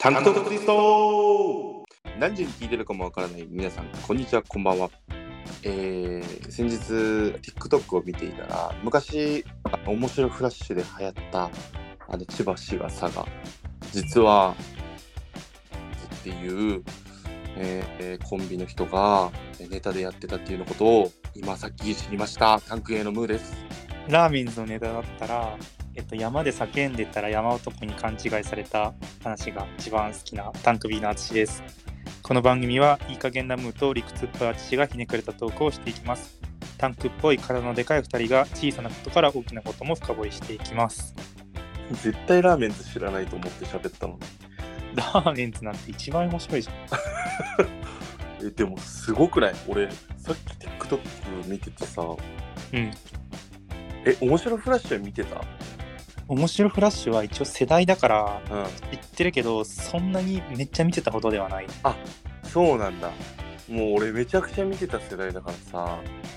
タンクトークリスト。何時に聞いてるかもわからない皆さん、こんにちは、こんばんは。先日 TikTok を見ていたら、昔面白フラッシュで流行った千葉市が佐賀、実はっていう、コンビの人がネタでやってたっていうのことを今さっき知りました。タンクAのムーです。 ラーメンズのネタだったら、山で叫んでたら山男に勘違いされた話が一番好きなタンク B のあつしです。この番組はいい加減なムーと理屈っぽいあつしがひねくれたトークをしていきます。タンクっぽい体のでかい2人が小さなことから大きなことも深掘りしていきます。 絶対ラーメンズ知らないと思って喋ったのに。 ラーメンズなんて一番面白いじゃん。 でもすごくない？俺さっき TikTok 見ててさ、面白フラッシュ見てた？ 面白フラッシュは一応世代だから知ってるけど、そんなにめっちゃ見てたほどではない。 あ、そうなんだ。もう俺めちゃくちゃ見てた世代だからさ、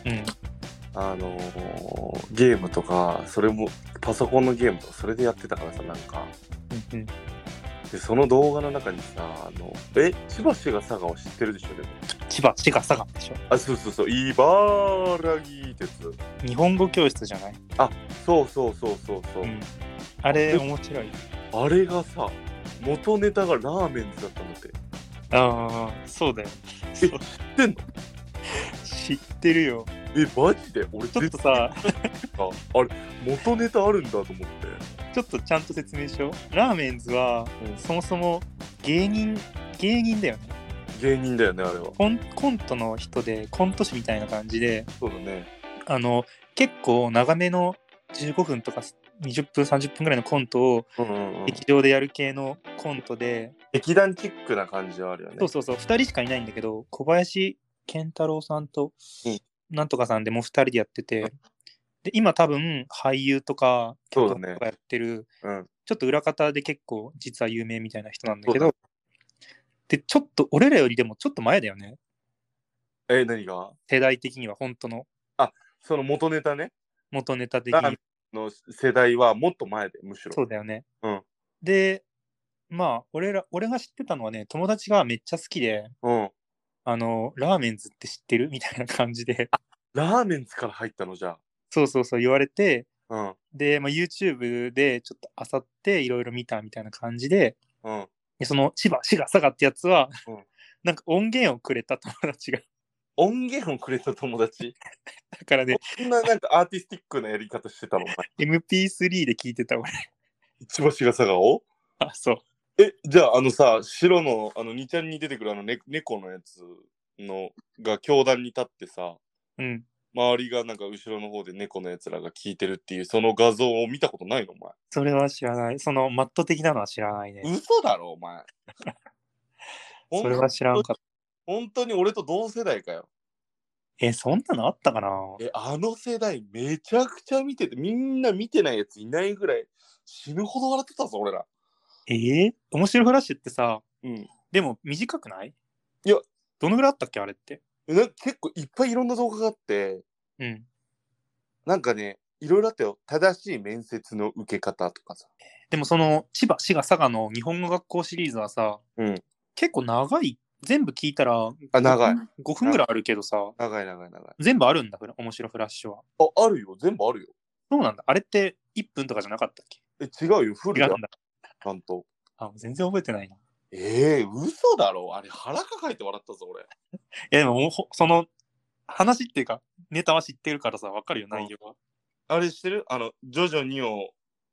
ゲームとか、それもパソコンのゲームとかそれでやってたからさ、なんか、でその動画の中にさ、千葉市が佐賀を知ってるでしょ？でも千葉市が佐賀でしょ。 あ、そうそうそう、茨城鉄。 日本語教室じゃない？ あ、そうそう、 あれ面白い。 あれがさ、元ネタがラーメンズだったのって。 ああ、そうだよ。 知ってんの？ 知ってるよ。 マジで？俺ちょっとさあれ元ネタあるんだと思って。 ちょっとちゃんと説明しよう。ラーメンズは、そもそも芸人だよね。 芸人だよね、あれは。 コントの人で、コント師みたいな感じで、 そうだね。 結構長めの15分とか20分30分ぐらいのコントを劇場でやる系のコントで、 劇団チックな感じはあるよね。 そう2人しかいないんだけど、小林健太郎さんとなんとかさんでもう2人でやってて、で今多分俳優とか脚本とかやってる、ちょっと裏方で結構実は有名みたいな人なんだけど、でちょっと俺らよりでもちょっと前だよね。 何が？ 世代的には本当の。 あ、その元ネタね。 元ネタ的にの世代はもっと前で、むしろ。 そうだよね。で、まあ俺が知ってたのはね、友達がめっちゃ好きで、ラーメンズって知ってるみたいな感じで。 ラーメンズから入ったの？じゃあ。 そう言われて、で、YouTube でちょっと漁っていろいろ見たみたいな感じで、でその千葉市が佐賀ってやつは、なんか音源をくれた友達が。 音源をくれた友達だからね、 そんななんかアーティスティックなやり方してたの？ MP3 で聞いてた俺。 千葉市が佐賀を？ あ、そう。 じゃあさ、白の2ちゃんに出てくる猫のやつのが教壇に立ってさ、周りがなんか後ろの方で猫のやつらが聞いてるっていうその画像を見たことないの？お前。 それは知らない。そのマット的なのは知らないね。 嘘だろお前。 それは知らんかった。 本当に俺と同世代かよ。 そんなのあったかな？ あの世代めちゃくちゃ見てて、みんな見てないやついないぐらい死ぬほど笑ってたぞ俺ら。 面白フラッシュってさ、でも短くない？ いや、 どのぐらいあったっけあれって。 結構いっぱいいろんな動画があって、なんかね、いろいろあったよ。正しい面接の受け方とかさ。 でもその千葉、滋賀、佐賀の日本語学校シリーズはさ、結構長い。全部聞いたら長い 5分ぐらいあるけどさ。 長い。 全部あるんだから、面白フラッシュは。 あるよ、全部あるよ。 そうなんだ。あれって1分とかじゃなかったっけ？ 違うよ、フルだ。ちゃんと。 全然覚えてないな。 嘘だろ。あれ腹抱えて笑ったぞ俺。 いやでもその話っていうかネタは知ってるからさ、わかるよ内容は。 あれ知ってる？ジョジョ2を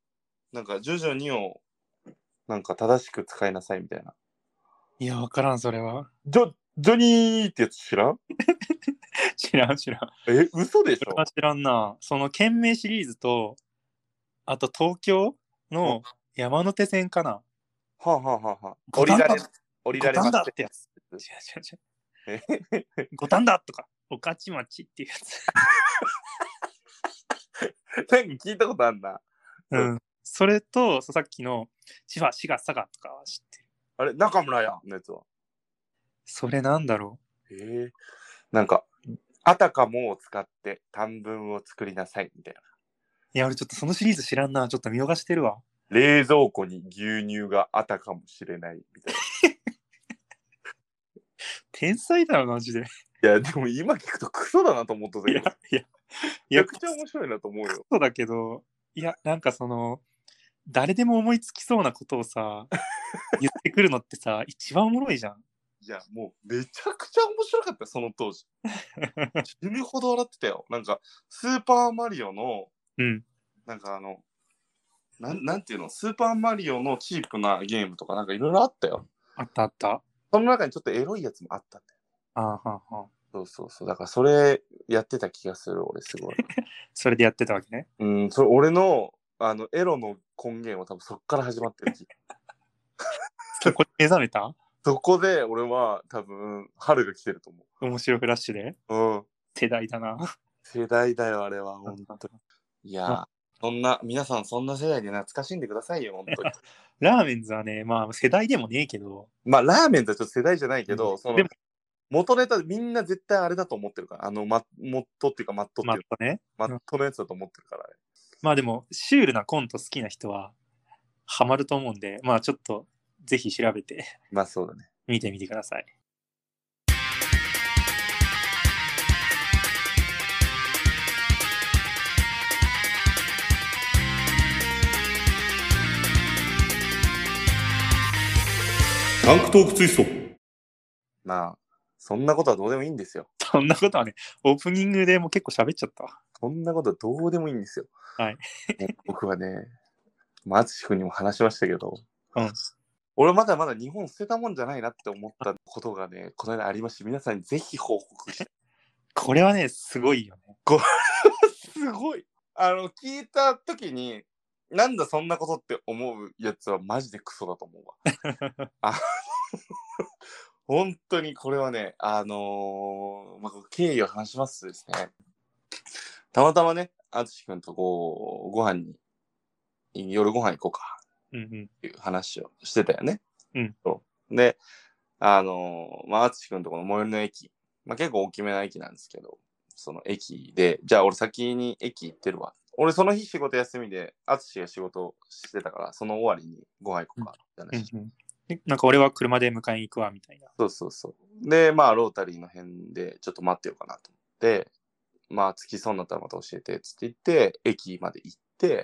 なんか正しく使いなさいみたいな。 いや、わからん、それは。 ジョニーってやつ知らん？ 知らん。 嘘でしょ？ それは知らんな。その県名シリーズと、あと東京の山手線かな。 降りられますってやつ。違う。五反田とか、御徒町っていうやつ。 なんか聞いたことあるな。 それと、さっきの千葉、滋賀、佐賀とかは知ってる。 あれ、中村屋のやつは？ それなんだろう？なんか、あたかもを使って短文を作りなさいみたいな。 いや、俺ちょっとそのシリーズ知らんな。ちょっと見逃してるわ。 冷蔵庫に牛乳があったかもしれないみたいな。 天才だよ、マジで。 いや、でも今聞くとクソだなと思ったんだいやけど、 いや、いめちや、 ゃくちゃ面白いなと思うよ。 そうだけど、いや、なんかその、誰でも思いつきそうなことをさ、言ってくるのってさ、一番おもろいじゃん。 いや、もうめちゃくちゃ面白かったよ、その当時。死ぬほど笑ってたよ。なんか、スーパーマリオの、 うん。 なんかなんていうの、スーパーマリオのチープなゲームとかなんかいろいろあったよ。 あったあった。 その中にちょっとエロいやつもあったんだよ。 あーはーはー。 そうそうそう。だからそれやってた気がする、俺すごい。 それでやってたわけね。 それ俺の、エロの根源は多分そっから始まってる気。 そこで目覚めたそこで俺は多分春が来てると思面白フラッシュでう。うん。 世代だな。 世代だよ、あれは、本当に。いやー、皆さんそんな世代で懐かしんでくださいよ、本当に。 ラーメンズはね、まあ世代でもねえけど、 まあ、ラーメンとはちょっと世代じゃないけど、そのでも、 元ネタみんな絶対あれだと思ってるから、モットっていうかマットっていうか、 まあね。 マットのやつだと思ってるからね。 まあでも、シュールなコント好きな人はハマると思うんで、まあちょっとぜひ調べてまあそうだね。 見てみてください。 タンクトークツイスト。まあ、そんなことはどうでもいいんですよ。 そんなことはね、オープニングでもう結構喋っちゃったわ。 そんなことはどうでもいいんですよ。 はい。 僕はね、淳君にも話しましたけど、 うん。 俺まだまだ日本捨てたもんじゃないなって思ったことがね、この間ありまして、皆さんにぜひ報告して。 これはね、すごいよね。 すごい。聞いた時に、なんだそんなことって思うやつはマジでクソだと思うわ。本当にこれはね、経緯を話しますとですね、たまたまね、淳君とこう、夜ご飯行こうかうんうん。 っていう話をしてたよね。 うん。 で、淳君とこの最寄りの駅、結構大きめな駅なんですけど、その駅で、じゃあ俺先に駅行ってるわ。俺その日仕事休みで、淳が仕事してたから、その終わりにご飯行こうかって話して、 うんうん。なんか俺は車で迎えに行くわみたいな。 そうそうそう。で、まあ、ロータリーの辺でちょっと待ってようかなと思って、まあ、着きそうになったらまた教えて、つって言って、駅まで行って、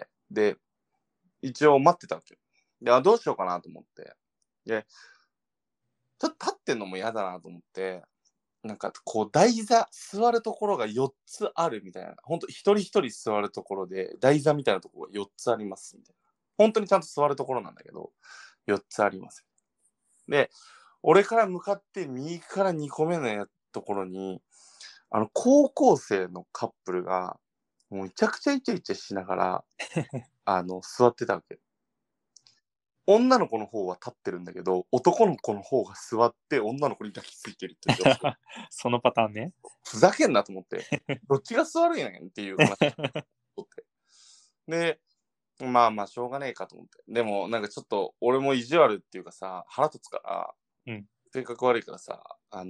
で、一応待ってたわけよ。で、どうしようかなと思って。で、ちょっと立ってんのも嫌だなと思って、なんかこう台座座るところが4つあるみたいな、本当一人一人座るところで台座みたいなところが4つありますみたいな、本当にちゃんと座るところなんだけど4つあります。で、俺から向かって右から2個目のところに高校生のカップルがもうめちゃくちゃイチャイチャしながら座ってたわけ。女の子の方は立ってるんだけど、男の子の方が座って女の子に抱きついてるって状況。 そのパターンね。 ふざけんなと思って、どっちが座るんやねんっていう話をって。で、まあまあしょうがねえかと思って。でもなんかちょっと俺も意地悪っていうかさ、腹立つから、性格悪いからさ、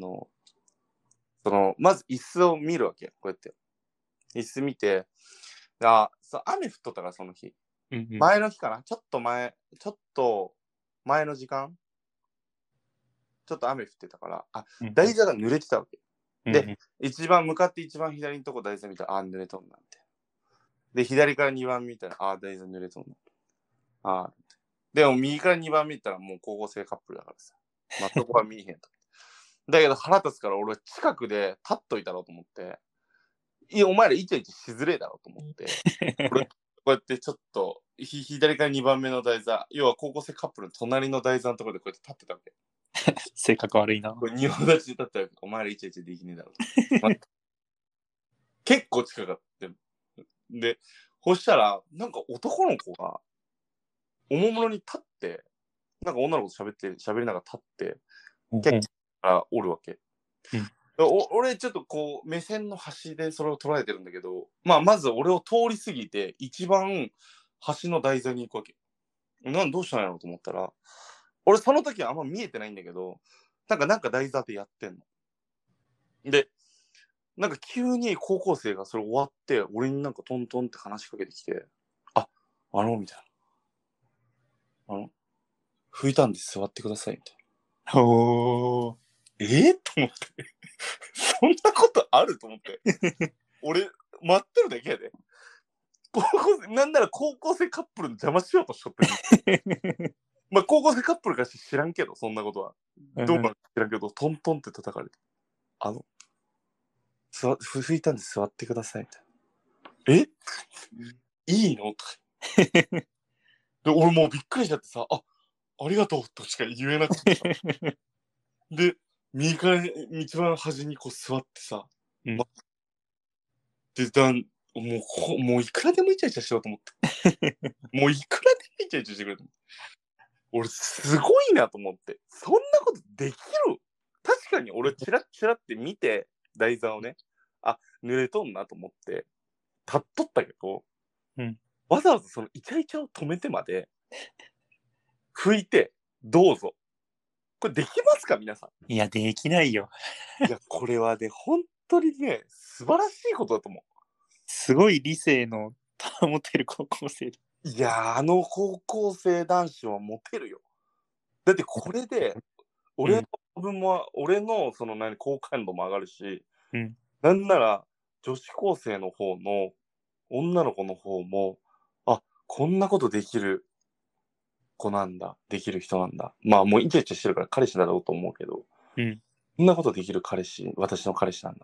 まず椅子を見るわけよ、こうやって。椅子見て、雨降っとったからその日。前の日かな、ちょっと前の時間ちょっと雨降ってたから、台座が濡れてたわけ。で、向かって一番左のとこ台座見たら、濡れとんなって。で、左から2番見たら、台座濡れとんな。でも右から2番見たらもう高校生カップルだからさ。そこは見えへんと。だけど腹立つから俺は近くで立っといたろうと思って、いや、お前らイチャイチャしづれえだろうと思って、俺こうやってちょっと左から2番目の台座、要は高校生カップルの隣の台座のところでこうやって立ってたわけ。 性格悪いな。 これ仁王立ちで立ったらお前らイチャイチャできねえだろうと。結構近かった。で、そしたら、なんか男の子が、おもむろに立って、なんか女の子と喋りながら立って、結構おるわけ。俺ちょっとこう、目線の端でそれを捉えてるんだけど、まず俺を通り過ぎて、一番端の台座に行くわけ。どうしたんやろうと思ったら、俺その時はあんま見えてないんだけど、なんか台座でやってんの。で、なんか急に高校生がそれ終わって、俺になんかトントンって話しかけてきて、みたいな。 拭いたんで座ってくださいみたいおー。 な。と思って。そんなことあると思って。俺、待ってるだけやで。なんなら高校生カップルの邪魔しようとしとってる。まあ高校生カップルかし知らんけど、そんなことは。どうか知らんけど、トントンって叩かれて。拭いたんで座ってくださいみたいな。いいのとか。で、俺もうびっくりしちゃってさ、ありがとうとしか言えなくてさ。で、右から一番端にこう座ってさ、 うんで、もういくらでもイチャイチャしようと思って。もういくらでもイチャイチャしてくれる。俺すごいなと思って。そんなことできる？確かに俺チラッチラって見て、台座をね、濡れとんなと思って、立っとったけど、わざわざそのイチャイチャを止めてまで、拭いて、どうぞ。これできますか皆さん。いや、できないよ。 いや、これはね、本当にね、素晴らしいことだと思う。 すごい理性の保てる高校生。 いやー、高校生男子はモテるよ。だってこれで、俺のその好感度も上がるし、なんなら女子高生の方の女の子の方も、こんなことできる子なんだ、できる人なんだ。まあもうイチャイチャしてるから彼氏だろうと思うけど、こんなことできる私の彼氏なんだ。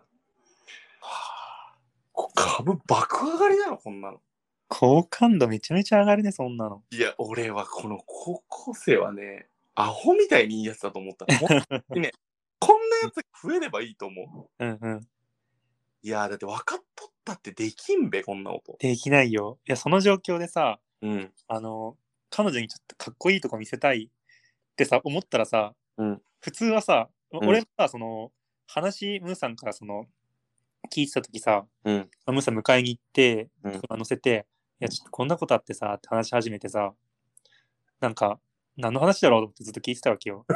株爆上がりだろ、こんなの。 好感度めちゃめちゃ上がるね、そんなの。 いや、俺はこの高校生はね、アホみたいにいいやつだと思った。本当にね、こんなやつ増えればいいと思う。いや、だって分かっとったってできんべ、こんなこと。 できないよ。いや、その状況でさ、彼女にちょっとかっこいいとこ見せたいってさ、思ったらさ、普通はさ、俺もさ、その、ムーさんからその、聞いてた時さ、ムーさん迎えに行って、乗せて、いや、ちょっとこんなことあってさ、って話し始めてさ、なんか、何の話だろうと思ってずっと聞いてたわけよ。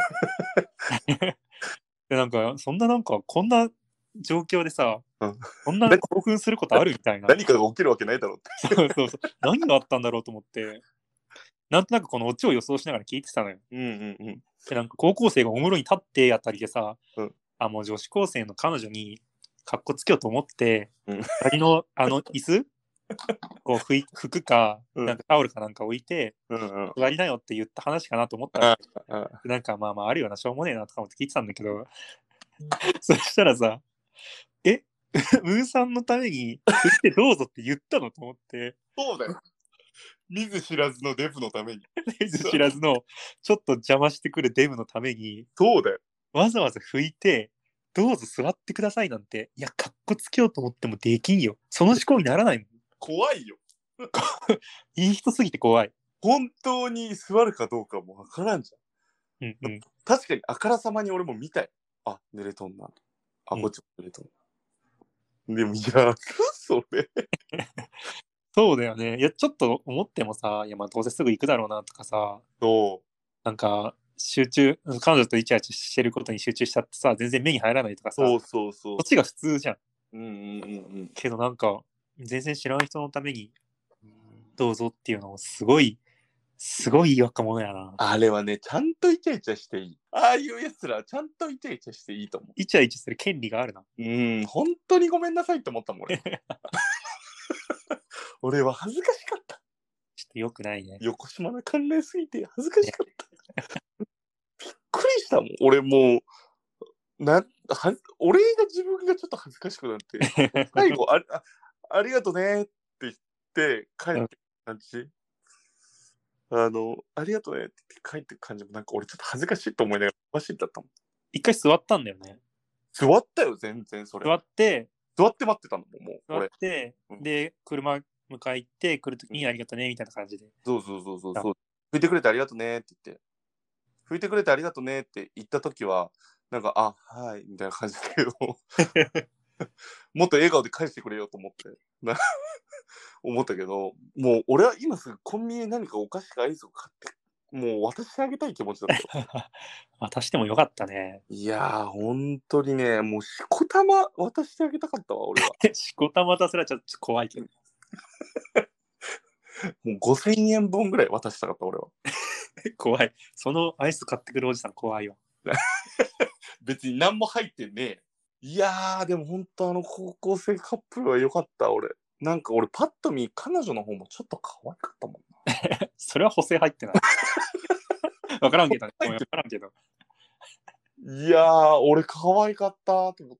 で、そんなこんな状況でさ、こんな興奮することあるみたいな。 何かが起きるわけないだろうって。そう。何があったんだろうと思って、なんとなくこのオチを予想しながら聞いてたのよ。で、高校生がお風呂に立ってあたりでさ、もう女子高生の彼女にかっこつけようと思って、二人の椅子こう拭くか、タオルかなんか置いて、座りなよって言った話かなと思ったら、まああるよな、しょうもねえなとか思って聞いてたんだけど、そしたらさ、ムーさんのために拭いてどうぞって言ったのと思って。 そうだよ。見ず知らずのデブのために。 見ず知らずのちょっと邪魔してくるデブのために、 そうだよ。 わざわざ拭いて、どうぞ座ってくださいなんて、いや、かっこつけようと思ってもできんよ。その思考にならないもん。 怖いよ。 いい人すぎて怖い。 本当に座るかどうかもわからんじゃん。確かにあからさまに俺も見たい。濡れとんな。こっちも濡れとんな。でも、いや、それ。 そうだよね。いや、ちょっと思ってもさ、いや、まあどうせすぐ行くだろうなとかさ、彼女とイチャイチャしてることに集中しちゃってさ、全然目に入らないとかさ、 そう。 こっちが普通じゃん。けど全然知らない人のためにどうぞっていうのもすごいいい若者やな。 あれはね、ちゃんとイチャイチャしていい。ああいうやつらちゃんとイチャイチャしていいと思う。 イチャイチャする権利があるな。 本当にごめんなさいって思ったもん俺。俺は恥ずかしかった。 ちょっと良くないね。 横島な関連すぎて恥ずかしかった。びっくりしたもん。俺もう俺が自分がちょっと恥ずかしくなって最後ありがとねって言って帰って感じ。ありがとねって言って帰ってく感じも俺ちょっと恥ずかしいと思いながらおかしいだったもん。 一回座ったんだよね。 座ったよ全然それ。 座って待ってたのもう座って、で車迎え行って来るときにありがとねみたいな感じで。 そう。拭いてくれてありがとねって言って。拭いてくれてありがとねって言ったときははいみたいな感じだけどもっと笑顔で返してくれよと思って思ったけど、もう俺は今すぐコンビニで何かお菓子かアイスを買ってもう渡してあげたい気持ちだったよ。 渡してもよかったね。 いやー本当にね、もうしこたま渡してあげたかったわ俺は。 しこたま渡すらちょっと怖いけどもう5000円分ぐらい渡したかった俺は。 怖い。そのアイス買ってくるおじさん怖いわ。 別に何も入ってねえ。いやー、でも本当高校生カップルは良かった、俺。なんか俺パッと見、彼女の方もちょっと可愛かったもんな。 それは補正入ってない。わからんけどね。わからんけど。 いやー、俺可愛かったと思って。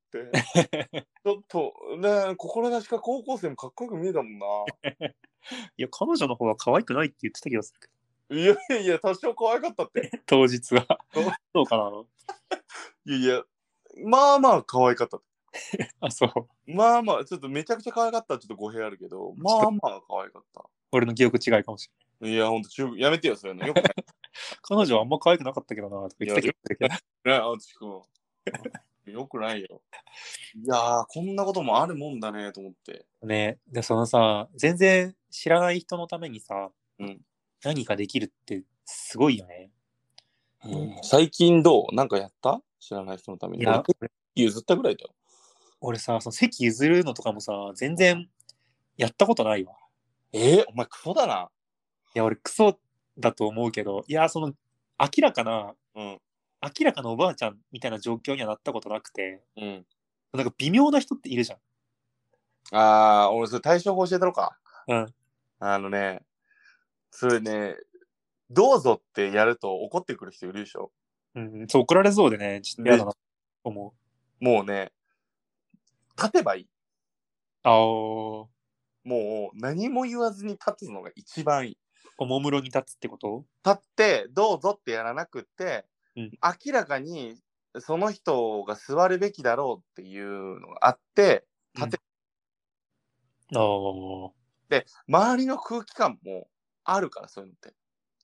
ちょっと、ね、心なしか高校生もかっこよく見えたもんな。 いや、彼女の方は可愛くないって言ってた気がするけいやいや、多少可愛かったって。 ど。当日は。そうかな。 いやいや、まあまあ可愛かったって。 あ、そう。 まあまあ、ちょっとめちゃくちゃ可愛かったらちょっと語弊あるけど、まあまあ可愛かった。 俺の記憶違いかもしれない。 いや、ほんと、やめてよ、そういうの。よくない。 彼女はあんま可愛くなかったけどな、とか言ってたけど。 ね、あつきくん。よくないよ。いやー、こんなこともあるもんだね、と思って。 ね、で、そのさ、全然知らない人のためにさ、 うん。 何かできるってすごいよね。 最近どうなんかやった知らない人のために。 いや、 俺譲ったぐらいだよ。 俺さ、その席譲るのとかもさ、全然やったことないわ。 お前クソだな。 いや、俺クソだと思うけど、いや、その、明らかなおばあちゃんみたいな状況にはなったことなくて、なんか微妙な人っているじゃん。 俺それ対処法教えたろか。 うん。 それね、どうぞってやると怒ってくる人いるでしょ。 うん、そう怒られそうでね、ちょっと嫌だなと思う。もうね、立てばいい。 もう何も言わずに立つのが一番いい。 おもむろに立つってこと？ 立ってどうぞってやらなくって、 明らかにその人が座るべきだろうっていうのがあって立て、で周りの空気感もあるから、そういうのって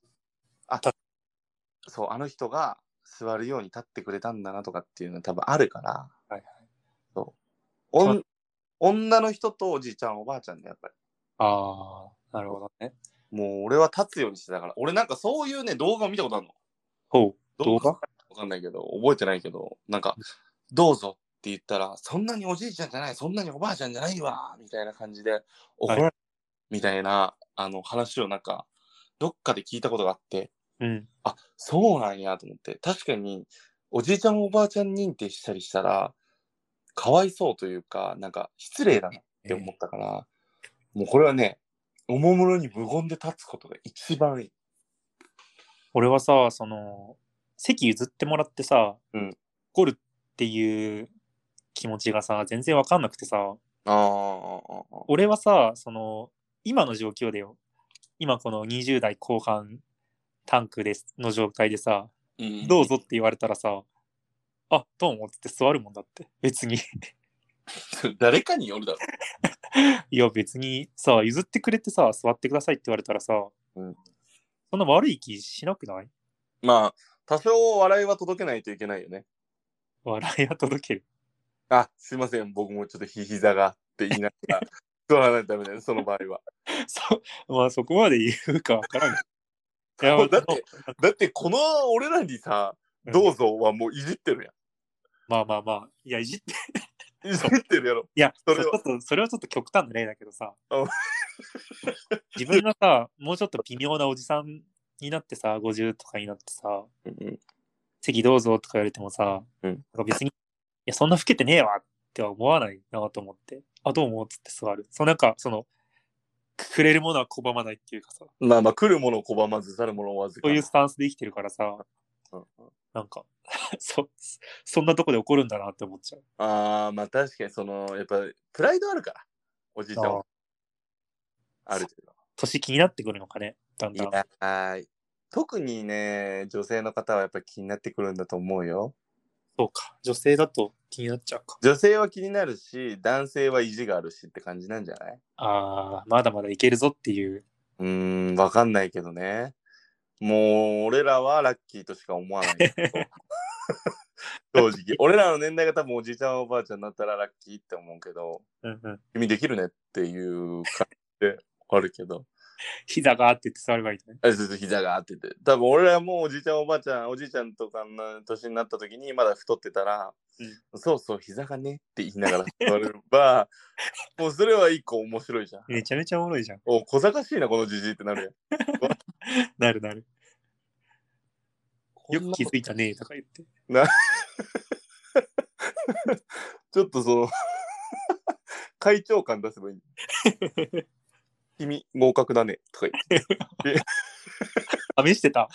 そう、あの人が座るように立ってくれたんだなとかっていうのは多分あるから、 はいはい、 そう女の人とおじいちゃんおばあちゃんでやっぱりなるほどね。 もう俺は立つようにしてたから、俺なんかそういうね動画を見たことあるの。 動画わかんないけど覚えてないけど、なんかどうぞって言ったら、そんなにおじいちゃんじゃない、そんなにおばあちゃんじゃないわみたいな感じで怒られるみたいな、話をなんかどっかで聞いたことがあって、そうなんやと思って。確かにおじいちゃんおばあちゃん認定したりしたらかわいそうというか、なんか失礼だなって思ったから、もうこれはね、おもむろに無言で立つことが一番いい。 俺はさ、その席譲ってもらってさ、怒るっていう気持ちがさ、全然わかんなくてさ、俺はさ、その今の状況でよ、今この20代後半タンクですの状態でさ、どうぞって言われたらさ、あ、どうもって座るもんだって、別に。 誰かによるだろ。 いや、別にさ、譲ってくれてさ、座ってくださいって言われたらさ、そんな悪い気しなくない？ まあ、多少笑いは届けないといけないよね。 笑いは届ける。 すいません、僕もちょっと膝がって言いながら、座らないとダメだよね、その場合は。 まあ、そこまで言うかわからん。いやだってこの俺らにさ、どうぞはもういじってるやん。 まあ、いや、いじってるやろ。 いや、それはちょっと極端な例だけどさ、自分がさ、もうちょっと微妙なおじさんになってさ、50とかになってさ、席どうぞとか言われてもさ、なんか別に、いや、そんな老けてねえわっては思わないなと思って、どうもっつって座る。なんか、くれるものは拒まないっていうかさ。 まあ、来るものを拒まず、去るものをわずか。 そういうスタンスで生きてるからさ、なんかそんなとこで怒るんだなって思っちゃう。 まあ確かにやっぱプライドあるから、おじいちゃんは。ある程度。 年気になってくるのかね、だんだん。 いや特にね、女性の方はやっぱ気になってくるんだと思うよ。 そうか、女性だと気になっちゃうか。 女性は気になるし、男性は意地があるしって感じなんじゃない？ まだまだいけるぞっていう。 わかんないけどね。もう俺らはラッキーとしか思わないけど正直俺らの年代が多分おじいちゃんおばあちゃんになったらラッキーって思うけど、君できるねっていう感じであるけど、 膝があって言って座ればいいね。 膝があってて、多分俺らもおじいちゃんおばあちゃん、おじいちゃんとかの年になった時にまだ太ってたら、そうそう膝がねって言いながら座ればもうそれは一個面白いじゃん。 めちゃめちゃおもろいじゃん。 小賢しいなこのじじいってなるやん。 なる。 よく気づいたねとか言って。 なちょっとその会長感出せばいい。君合格だねとか言って試してた。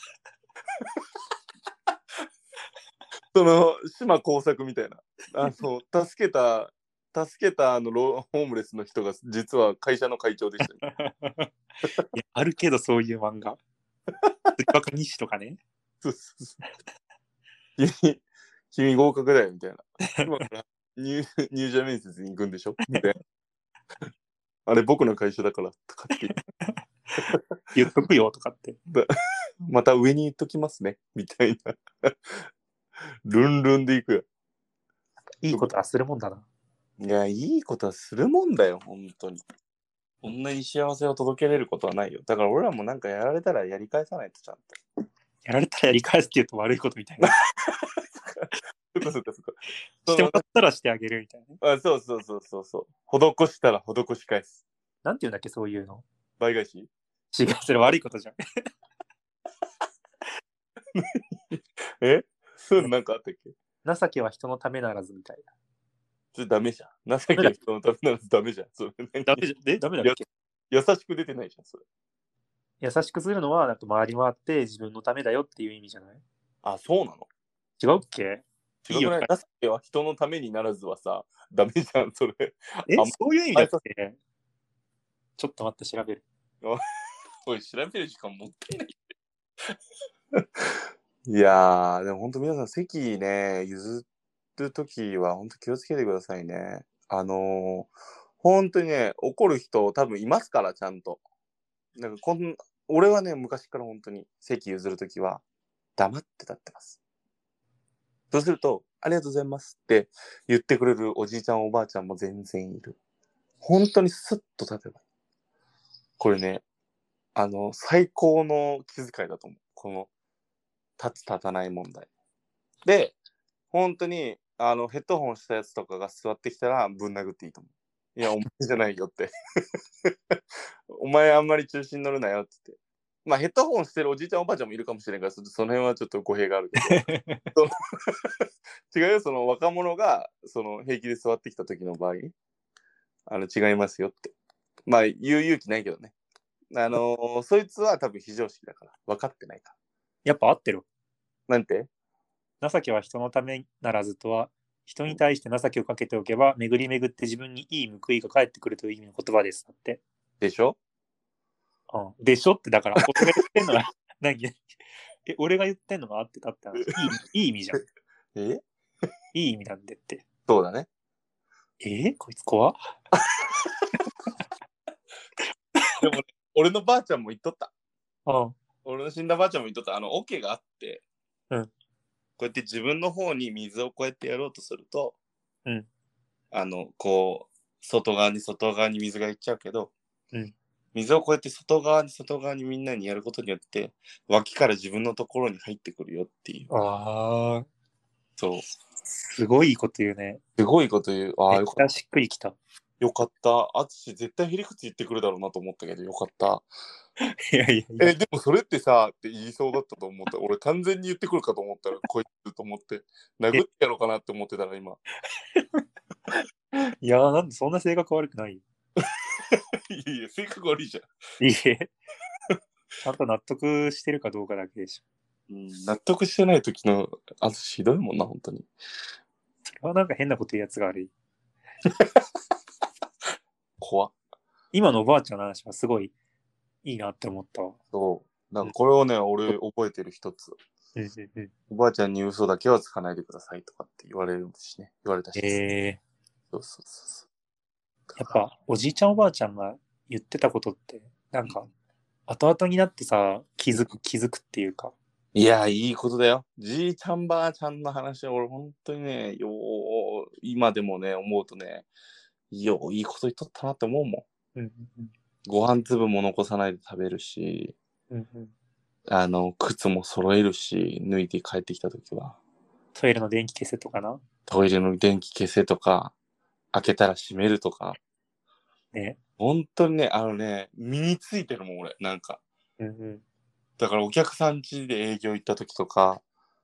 その島耕作みたいな助けたホームレスの人が実は会社の会長でした、ね、 いやあるけどそういう漫画。釣りバカ西とかね。 そうそうそう君合格だよみたいな。今から入社面接に行くんでしょみたいな。あれ僕の会社だからとかって言っとくよとかって。 また上に言っときますねみたいな。ルンルンでいくよ。 いいことはするもんだな。 いや、いいことはするもんだよ、本当に。こんなに幸せを届けれることはないよ。だから俺らもなんかやられたらやり返さないとちゃんと。 やられたらやり返すって言うと悪いことみたいな。 そっか。 してもらったらしてあげるみたいな。 そう。施したら施し返す。 なんていうんだっけ、そういうの。 倍返し違う、それ悪いことじゃん。 そうなんかあったっけ。 情けは人のためならずみたいな。 それダメじゃん。情けは人のためならずダメじゃん。それダメじゃん。ダメだっけ。 優しく出てないじゃん、それ。 優しくするのはなんか回り回って自分のためだよっていう意味じゃない？ あ、そうなの？ 違うっけ？ 違くない？情けは人のためにならずはさ、ダメじゃん、それ。 そういう意味だっけ？ちょっと待って調べる。 おい、調べる時間もったいない。いやー、でも本当皆さん席ね、譲るときは本当気をつけてくださいね。本当にね、怒る人多分いますから、ちゃんと。なんか俺はね、昔から本当に席譲るときは黙って立ってます。そうすると、ありがとうございますって言ってくれるおじいちゃんおばあちゃんも全然いる。本当にスッと立てばいい。これね、最高の気遣いだと思う。この立つ立たない問題。で、本当にヘッドホンしたやつとかが座ってきたらぶん殴っていいと思う。いや、お前じゃないよって。お前あんまり中心に乗るなよって言って。まあヘッドホンしてるおじいちゃんおばあちゃんもいるかもしれないから、その辺はちょっと語弊があるけど。違うよ、その若者が平気で座ってきた時の場合、違いますよって。まあ言う勇気ないけどね。そいつは多分非常識だから分かってないから。 やっぱ合ってる。 なんて？ 情けは人のためならずとは、人に対して情けをかけておけば、巡り巡って自分にいい報いが返ってくるという意味の言葉です。だって。 でしょ？ うん。でしょって、だから、俺が言ってんのは、俺が言ってんのが合ってたって話。いい意味じゃん。いい意味なんでって。 そうだね。 こいつ怖っ。 でも、俺のばあちゃんも言っとった。 うん。 俺の死んだばあちゃんも言っとった。桶があって、 うん。 こうやって自分の方に水をこうやってやろうとすると、 うん。 こう、外側に水がいっちゃうけど、 うん。 水をこうやって外側にみんなにやることによって、脇から自分のところに入ってくるよっていう。 ああ。 そう。 すごいいいこと言うね。 すごいこと言う。ああ、よかった。 しっくりきた。 よかった。あつし絶対へりくつ言ってくるだろうなと思ったけど、よかった。 いや。 でもそれってさって言いそうだったと思った。俺完全に言ってくるかと思ったら、こいつと思って。殴ってやろうかなって思ってたら今。 いやー、なんでそんな性格悪くない？ いや、性格悪いじゃん。いいえ。ちゃんと納得してるかどうかだけでしょ。 納得してない時のあつしひどいもんな、本当に。 それはなんか変なこと言うやつが悪い。 怖っ。 今のおばあちゃんの話はすごいいいなって思ったわ。 そう。なんかこれをね、俺覚えてる一つ。おばあちゃんに嘘だけはつかないでくださいとかって言われるしね。言われたし。そう。 やっぱおじいちゃんおばあちゃんが言ってたことってなんか後々になってさ気づくっていうか。 いや、いいことだよ。じいちゃんばあちゃんの話は俺本当にね、今でもね、思うとね、いいこと言っとったなって思うもん。ご飯粒も残さないで食べるし、靴も揃えるし、脱いで帰ってきたときは。 トイレの電気消せとかな。 トイレの電気消せとか、開けたら閉めるとか。 ね。 本当にね、身についてるもん、俺、なんか。だからお客さん家で営業行ったときとか、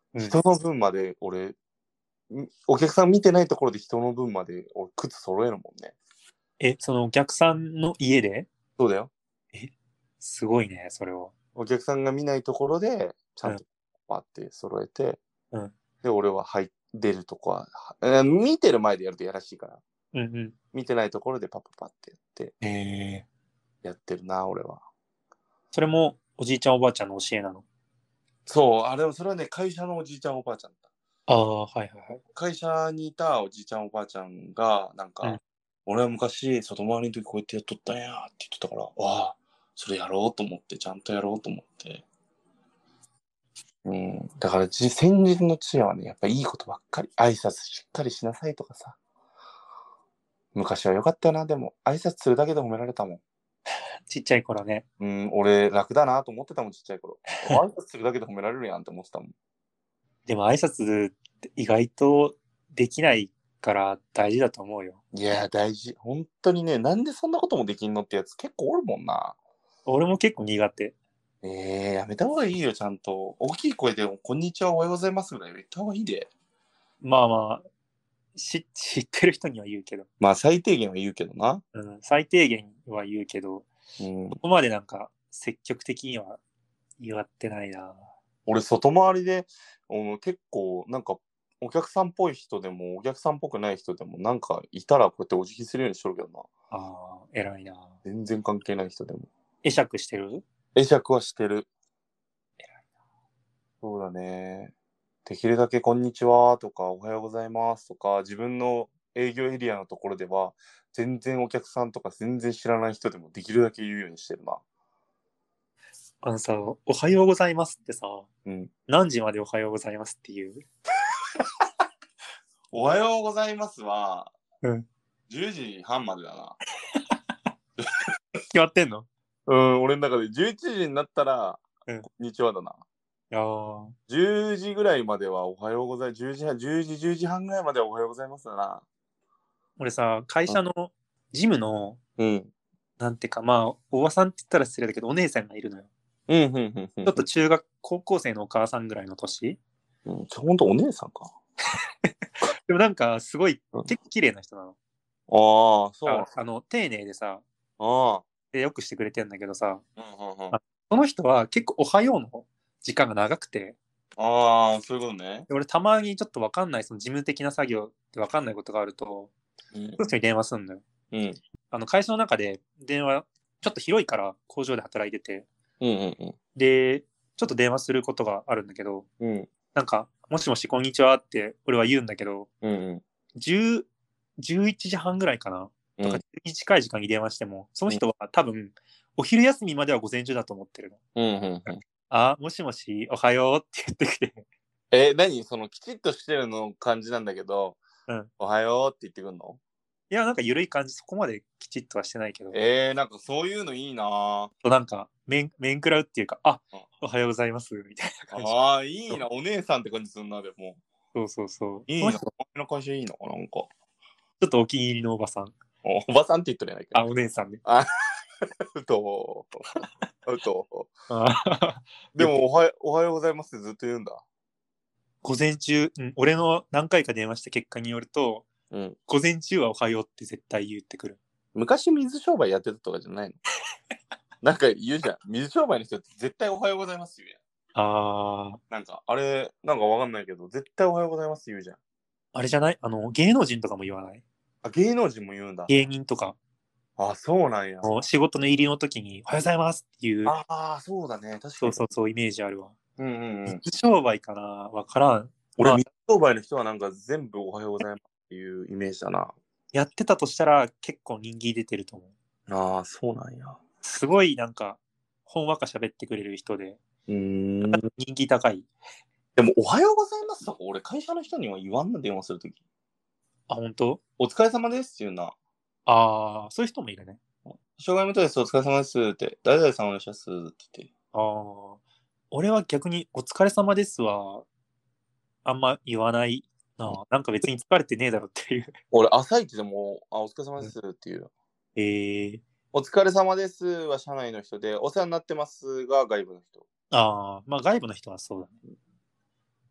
うん、 人の分まで俺、お客さん見てないところで人の分まで俺靴揃えるもんね。 そのお客さんの家で？ そうだよ。 え、すごいね、それは。 お客さんが見ないところでちゃうん、 んとパって揃えて、 うん、 で俺は出るとこは、見てる前でやるとやらしいから、 うん、う見てないところでパッパパってやってん。 やってるな俺は。 それもおじいちゃんおばあちゃんの教えなの？ そう、あれもそれはね、会社のおじいちゃんおばあちゃんだ。 ああ、はいはいはい。 会社にいたおじいちゃんおばあちゃんがなんか、 うん、 俺は昔外回りの時こうやってやっとったんやって言ってたから、わあ、それやろうと思って、ちゃんとやろうと思って。うん、だから先日の知恵はね、やっぱいいことばっかり。挨拶しっかりしなさいとかさ。昔は良かったな、でも挨拶するだけで褒められたもん。 ちっちゃい頃ね。 うん、俺楽だなと思ってたもん、ちっちゃい頃。挨拶するだけで褒められるやんって思ってたもん。 でも挨拶って意外とできないから大事だと思うよ。 いや、大事。本当にね、なんでそんなこともできんのってやつ結構おるもんな。 俺も結構苦手。 やめた方がいいよ、ちゃんと。大きい声で、こんにちは、おはようございますぐらい言った方がいいで。 まあまあ、知ってる人には言うけど。 まあ、最低限は言うけどな。 うん、最低限は言うけど、 うん。 ここまでなんか積極的には言ってないな。 俺、外回りで、結構、なんか、お客さんっぽい人でも、お客さんっぽくない人でも、なんか、いたらこうやってお辞儀するようにしとるけどな。 ああ、偉いな。 全然関係ない人でも。 会釈してる？ 会釈はしてる。そうだね。できるだけこんにちはとかおはようございますとか、自分の営業エリアのところでは、全然お客さんとか全然知らない人でもできるだけ言うようにしてるな。 あのさ、おはようございますってさ、 うん。 何時までおはようございますっていう？ おはようございますは、 うん。 10時半までだな。 決まってんの？ うん、俺の中で11時になったら、 うん。 こんにちはだな。 ああ、 10時ぐらいまではおはようございます。10時半、10時半ぐらいまではおはようございますだな。 俺さ、会社のジムの、 うん。 なんていうか、まあ、おばさんって言ったら失礼だけど、お姉さんがいるのよ。 うん、うん、うん、うん。 ちょっと高校生のお母さんぐらいの年。 うん、ほんとお姉さんか。 でもなんか、すごい、 うん、 結構綺麗な人なの。 ああ、そう。 丁寧でさ、 ああ。 でよくしてくれてんだけどさ、 うんうんうん、 あその人は結構おはようの時間が長くて、 ああ、そういうことね。 で俺たまにちょっとわかんない、その事務的な作業でわかんないことがあると、 うん。 その人に電話すんのよ。 うん。 会社の中で電話、ちょっと広いから工場で働いてて、 うんうんで、ちょっと電話することがあるんだけど、 うん。うん。 なんか、もしもし、こんにちはって俺は言うんだけど、 うんうん。 10、11時半ぐらいかなとか、に近い時間に電話しても、その人は多分、お昼休みまでは午前中だと思ってるの。 うんうんうん。 もしもし、おはようって言ってきて。 何そのきちっとしてるの感じなんだけど、 うん。 おはようって言ってくんの？ いや、なんか緩い感じ、そこまできちっとはしてないけど、 なんかそういうのいいななんか、面食らうっていうか、おはようございます、みたいな感じ。 ああ、いいな。お姉さんって感じすんな、でも。 そうそうそう。 いいな。 その人、ち前の会社いいな、なんか。 ょっとお気に入りのおばさん。 おばさんって言っとるやないか。 お姉さんね。 あ、うとうとあでもおはようございますってずっと言うんだ。 午前中、俺の何回か電話した結果によると、 うん。 午前中はおはようって絶対言ってくる。 昔水商売やってたとかじゃないの？なんか言うじゃん。水商売の人って絶対おはようございます言うやん。なんか、あれ、なんかわかんないけど、絶対おはようございます言うじゃん。 あれじゃない？芸能人とかも言わない？ あ、芸能人も言うんだ。 芸人とか、 あ、そうなんや。 仕事の入りの時に、おはようございますっていう、 ああ、そうだね。確かに。 そうそうそう、イメージあるわ。 うんうんうん。 水商売かな？わからん。 俺、 まあ水商売の人はなんか全部おはようございますっていうイメージだな。 やってたとしたら結構人気出てると思う。 ああ、そうなんや。 すごいなんか、ほんわか喋ってくれる人で、 人気高い。 でも、おはようございますとか、俺、会社の人には言わんな、電話するとき。 本当？ お疲れ様ですって言うな。 そういう人もいるね。 障害無です、お疲れ様ですって。誰々さんお願いしますって言って。 俺は逆にお疲れ様ですは、あんま言わないな。なんか別に疲れてねえだろっていう。 俺、朝一でも、お疲れ様ですって言う。お疲れ様ですは社内の人で、お世話になってますが外部の人。 まあ外部の人はそうだね。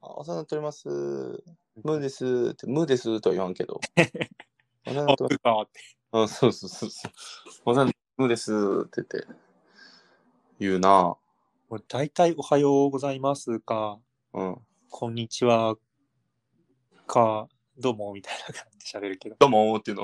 お世話になっております。ムーですって、ムーですとは言わんけど。お世話になっております。あ、そうそうそうそう。お世話になってムーですって言って、言うな。 もう大体おはようございますか、 うん。 こんにちはか、どうもみたいな感じで喋るけど。 どうもーっていうの。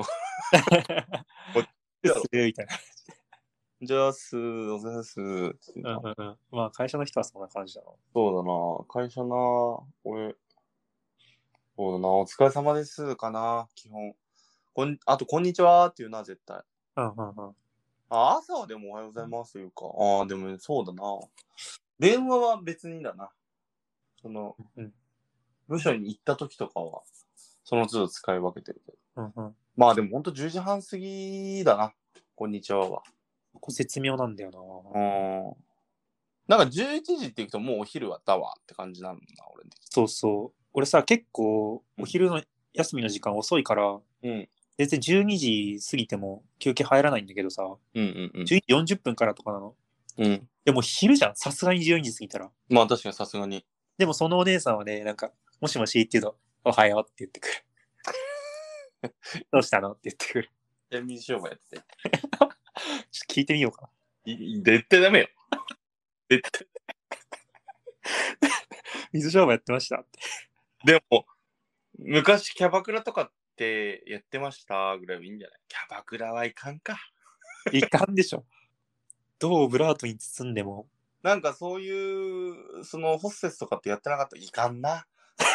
ですみたいな。 じゃあす、お世話ですって言うな。 まあ会社の人はそんな感じだな。 そうだな。会社な。俺、そうだな。お疲れ様ですかな。基本。あと、こんにちはっていうな、絶対。朝はでもおはようございますというか。ああ、でもそうだな。電話は別にだな。その、部署に行った時とかは、その都度使い分けてるけど。まあでもほんと10時半過ぎだな。こんにちはは。 これ絶妙なんだよな。 なんか11時って行くともうお昼はだわって感じなんだな、俺ね。 そうそう。俺さ、結構お昼の休みの時間遅いから、全然12時過ぎても休憩入らないんだけどさ、12時40分からとかなの。でも昼じゃん、さすがに12時過ぎたら。 まあ確かにさすがに。 でもそのお姉さんはね、なんか、もしもしって言うと、おはようって言ってくる。どうしたのって言ってくる。 水商売やってて。 ちょっと聞いてみようかな。 絶対ダメよ。絶対。 水商売やってましたって。 でも、昔キャバクラとかってやってましたぐらいはいいんじゃない？キャバクラはいかんか。 いかんでしょ。どうオブラートに包んでも。 なんかそういう、そのホステスとかってやってなかったらいかんな。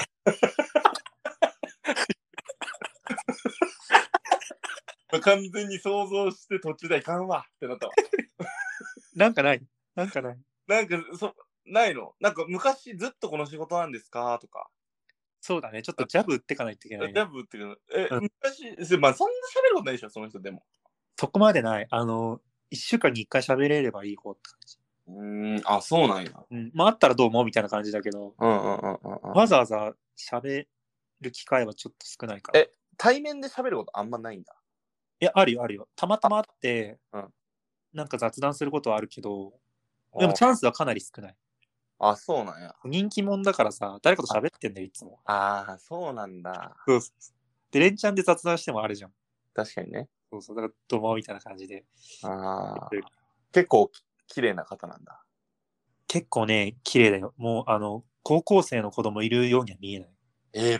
完全に想像して途中でいかんわってなったわ。 なんかないなんかないの？なんか昔ずっとこの仕事なんですかとか。 そうだね。ちょっとジャブ打ってかないといけない、ね。 ジャブ打ってかない。昔、まあそんな喋ることないでしょ、その人でも。 そこまでない。1週間に1回喋れればいい方って感じ。 あ、そうなんや。 まああったらどうもみたいな感じだけど、わざわざ喋る機会はちょっと少ないから。 対面で喋ることあんまないんだ。 いや、あるよ、あるよ。たまたまあって、なんか雑談することはあるけど、でもチャンスはかなり少ない。 あ、そうなんや。 人気者だからさ、誰かと喋ってんだよ、いつも。 ああ、そうなんだ。 そうそうそう。で、連チャンで雑談してもあるじゃん。 確かにね。 そうそう、だからどうもみたいな感じで。 ああ。結構綺麗な方なんだ。 結構ね、綺麗だよ。もう、高校生の子供いるようには見えない。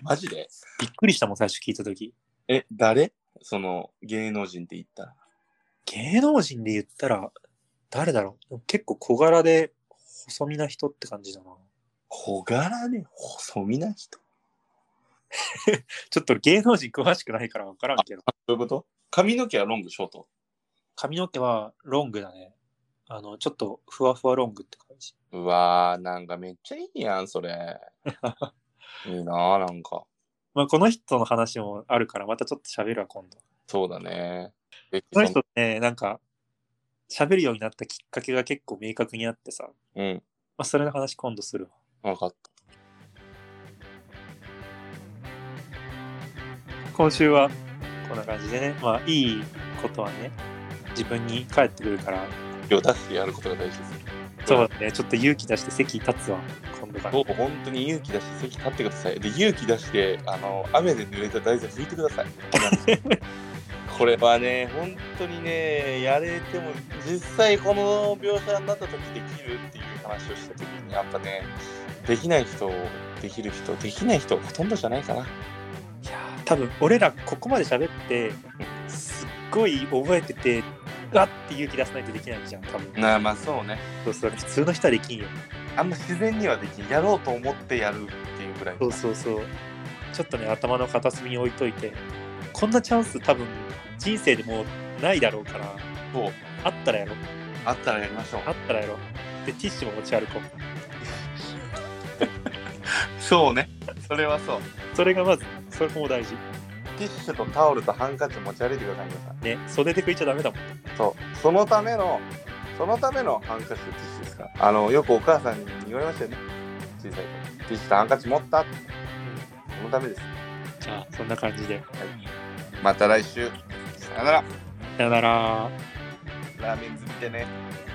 マジで？ びっくりしたもん、最初聞いたとき。 誰？その、芸能人って言ったら。 芸能人で言ったら、誰だろう？結構小柄で、細身な人って感じだな。 小柄で細身な人ちょっと芸能人詳しくないから分からんけど。 どういうこと？髪の毛はロング、ショート？ 髪の毛はロングだね。ちょっとふわふわロングって感じ。 うわー、なんかめっちゃいいやん、それ。いいなー、なんか。 まあ、この人の話もあるから、またちょっと喋るわ、今度。 そうだね。 この人ね、なんか、喋るようになったきっかけが結構明確にあってさ。まあ、それの話今度するわ。分かった。 今週はこんな感じでね、まあいいことはね、自分に返ってくるから。 出してやることが大事です。 そうだね、ちょっと勇気出して席立つわ、今度から。 そう、本当に勇気出して席立ってください。で、勇気出して、雨で濡れた台座拭いてください。これはね、本当にね、やれても、実際この描写になった時できるっていう話をした時に、やっぱね、できない人、できる人、できない人、ほとんどじゃないかな。 いや多分俺らここまで喋って、すっごい覚えてて、ガッて勇気出さないとできないじゃん、多分。 まあそうね。 そうそう、普通の人はできんよ。 あんま自然にはできん。やろうと思ってやるっていうぐらい。 そうそうそう。ちょっとね、頭の片隅に置いといて、こんなチャンス多分人生でもうないだろうから、 そう。 あったらやろう。 あったらやりましょう。 あったらやろう。で、ティッシュも持ち歩こう。 そうね。それはそう。 それがまず、それも大事。 ティッシュとタオルとハンカチ持ち歩いてください、皆さん。 ね、袖で拭いちゃダメだもん。 そう。そのためのハンカチとティッシュですから。よくお母さんに言われましたよね。小さい頃。ティッシュとハンカチ持った、そのためです。 じゃあ、そんな感じで。はい、 また来週。さよなら。 さよなら。 ラーメン好きでね。